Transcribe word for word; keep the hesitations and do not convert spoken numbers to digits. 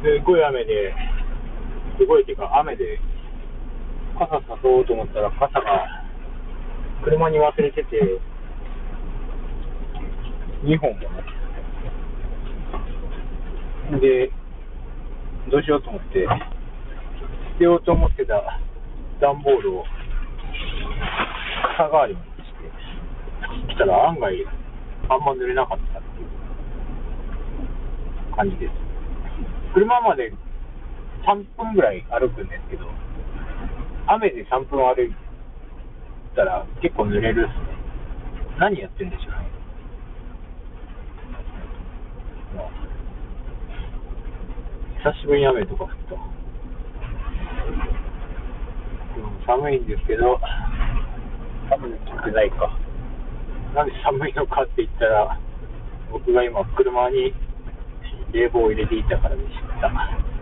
すごい雨で、すごいっていうか雨で、傘さそうと思ったら傘が車に忘れてて、にほんもね。で、どうしようと思って、捨てようと思ってた段ボールを傘代わりにしてきたら案外あんま濡れなかったっていう感じです。車までさんぷんぐらい歩くんですけど、雨でさんぷん歩いたら結構濡れるっすね。何やってんでしょうね。久しぶりに雨とか降った。寒いんですけど、寒くないか。なんで寒いのかって言ったら、僕が今車に冷房を入れていたからでした。